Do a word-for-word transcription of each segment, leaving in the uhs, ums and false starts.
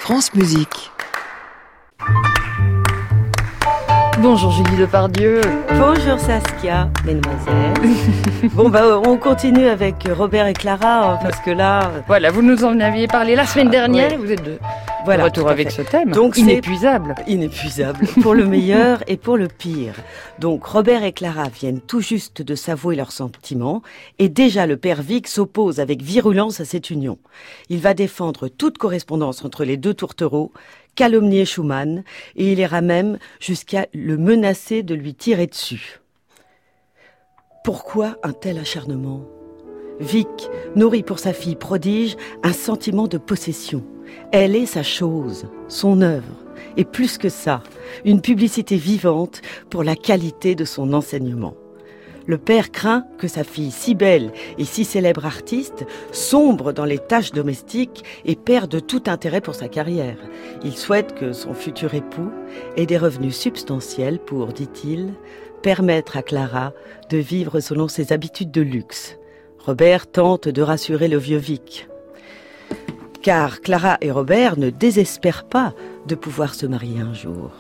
France Musique. Bonjour Julie Depardieu. Bonjour Saskia, mesdemoiselles. Bon bah on continue avec Robert et Clara hein, parce que là... Voilà, vous nous en aviez parlé la semaine dernière, ouais. Vous êtes de, voilà, de retour avec fait. ce thème. Donc inépuisable. Inépuisable, pour le meilleur et pour le pire. Donc Robert et Clara viennent tout juste de s'avouer leurs sentiments et déjà le père Vic s'oppose avec virulence à cette union. Il va défendre toute correspondance entre les deux tourtereaux, calomnier Schumann, et il ira même jusqu'à le menacer de lui tirer dessus. Pourquoi un tel acharnement ? Vic nourrit pour sa fille prodige un sentiment de possession. Elle est sa chose, son œuvre, et plus que ça, une publicité vivante pour la qualité de son enseignement. Le père craint que sa fille si belle et si célèbre artiste sombre dans les tâches domestiques et perde tout intérêt pour sa carrière. Il souhaite que son futur époux ait des revenus substantiels pour, dit-il, permettre à Clara de vivre selon ses habitudes de luxe. Robert tente de rassurer le vieux Vic. Car Clara et Robert ne désespèrent pas de pouvoir se marier un jour.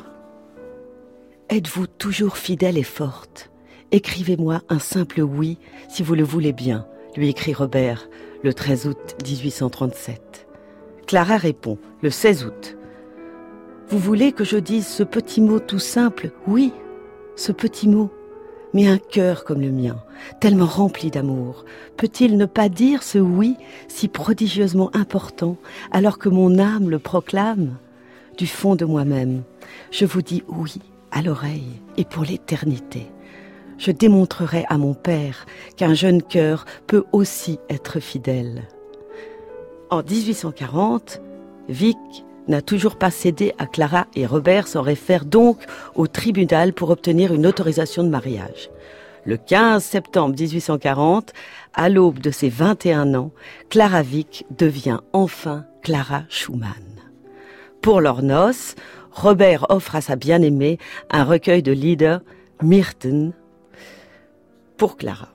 « Êtes-vous toujours fidèle et forte ? Écrivez-moi un simple oui si vous le voulez bien, lui écrit Robert le treize août dix-huit cent trente-sept. Clara répond le seize août. Vous voulez que je dise ce petit mot tout simple ? Oui, ce petit mot. Mais un cœur comme le mien, tellement rempli d'amour, peut-il ne pas dire ce oui si prodigieusement important alors que mon âme le proclame ? Du fond de moi-même, je vous dis oui à l'oreille et pour l'éternité. Je démontrerai à mon père qu'un jeune cœur peut aussi être fidèle. En dix-huit cent quarante, Vic n'a toujours pas cédé à Clara et Robert s'en réfèrent donc au tribunal pour obtenir une autorisation de mariage. Le quinze septembre dix-huit cent quarante, à l'aube de ses vingt et un ans, Clara Vic devient enfin Clara Schumann. Pour leurs noces, Robert offre à sa bien-aimée un recueil de lieder, Myrten, pour Clara.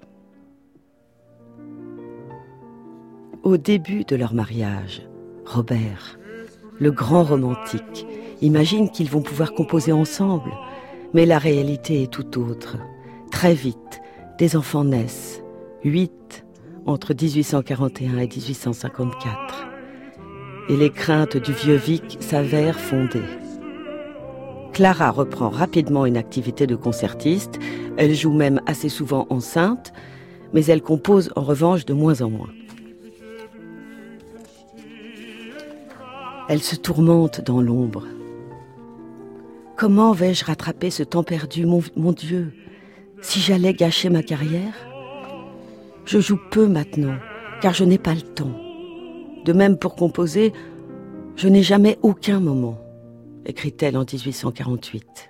Au début de leur mariage, Robert, le grand romantique, imagine qu'ils vont pouvoir composer ensemble, mais la réalité est tout autre. Très vite, des enfants naissent, huit entre dix-huit cent quarante et un et dix-huit cent cinquante-quatre, et les craintes du vieux Vic s'avèrent fondées. Clara reprend rapidement une activité de concertiste, elle joue même assez souvent enceinte, mais elle compose en revanche de moins en moins. Elle se tourmente dans l'ombre. Comment vais-je rattraper ce temps perdu, mon, mon Dieu, si j'allais gâcher ma carrière ? Je joue peu maintenant, car je n'ai pas le temps. De même pour composer, je n'ai jamais aucun moment, écrit-elle en dix-huit cent quarante-huit.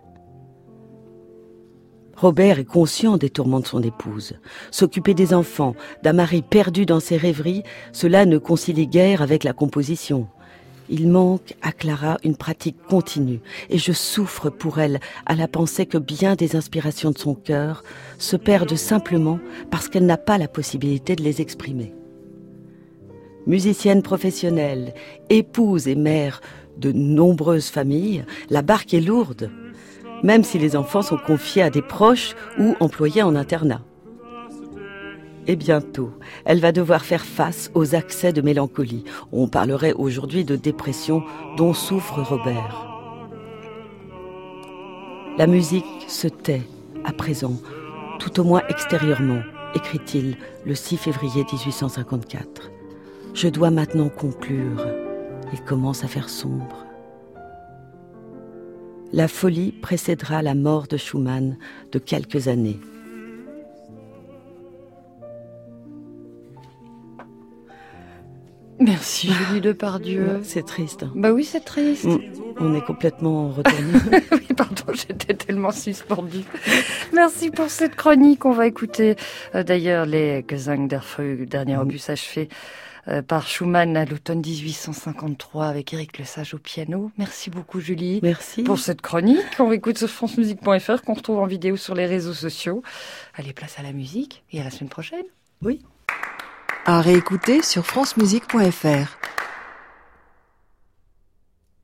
Robert est conscient des tourments de son épouse. S'occuper des enfants, d'un mari perdu dans ses rêveries, cela ne concilie guère avec la composition. Il manque à Clara une pratique continue et je souffre pour elle à la pensée que bien des inspirations de son cœur se perdent simplement parce qu'elle n'a pas la possibilité de les exprimer. Musicienne professionnelle, épouse et mère de nombreuses familles, la barque est lourde, même si les enfants sont confiés à des proches ou employés en internat. Et bientôt, elle va devoir faire face aux accès de mélancolie. On parlerait aujourd'hui de dépression dont souffre Robert. La musique se tait, à présent, tout au moins extérieurement, écrit-il le six février dix-huit cent cinquante-quatre. Je dois maintenant conclure. Il commence à faire sombre. La folie précédera la mort de Schumann de quelques années. Merci Julie Depardieu. C'est triste. Bah oui, c'est triste. Mmh. On est complètement retourné. Oui, pardon, j'étais tellement suspendue. Merci pour cette chronique. On va écouter euh, d'ailleurs les Gesang der Früh, dernier mmh. opus achevé euh, par Schumann à l'automne dix-huit cent cinquante-trois avec Éric Lesage au piano. Merci beaucoup Julie. Merci. Pour cette chronique. On écoute sur france musique point f r qu'on retrouve en vidéo sur les réseaux sociaux. Allez, place à la musique et à la semaine prochaine. Oui. À réécouter sur france musique point f r.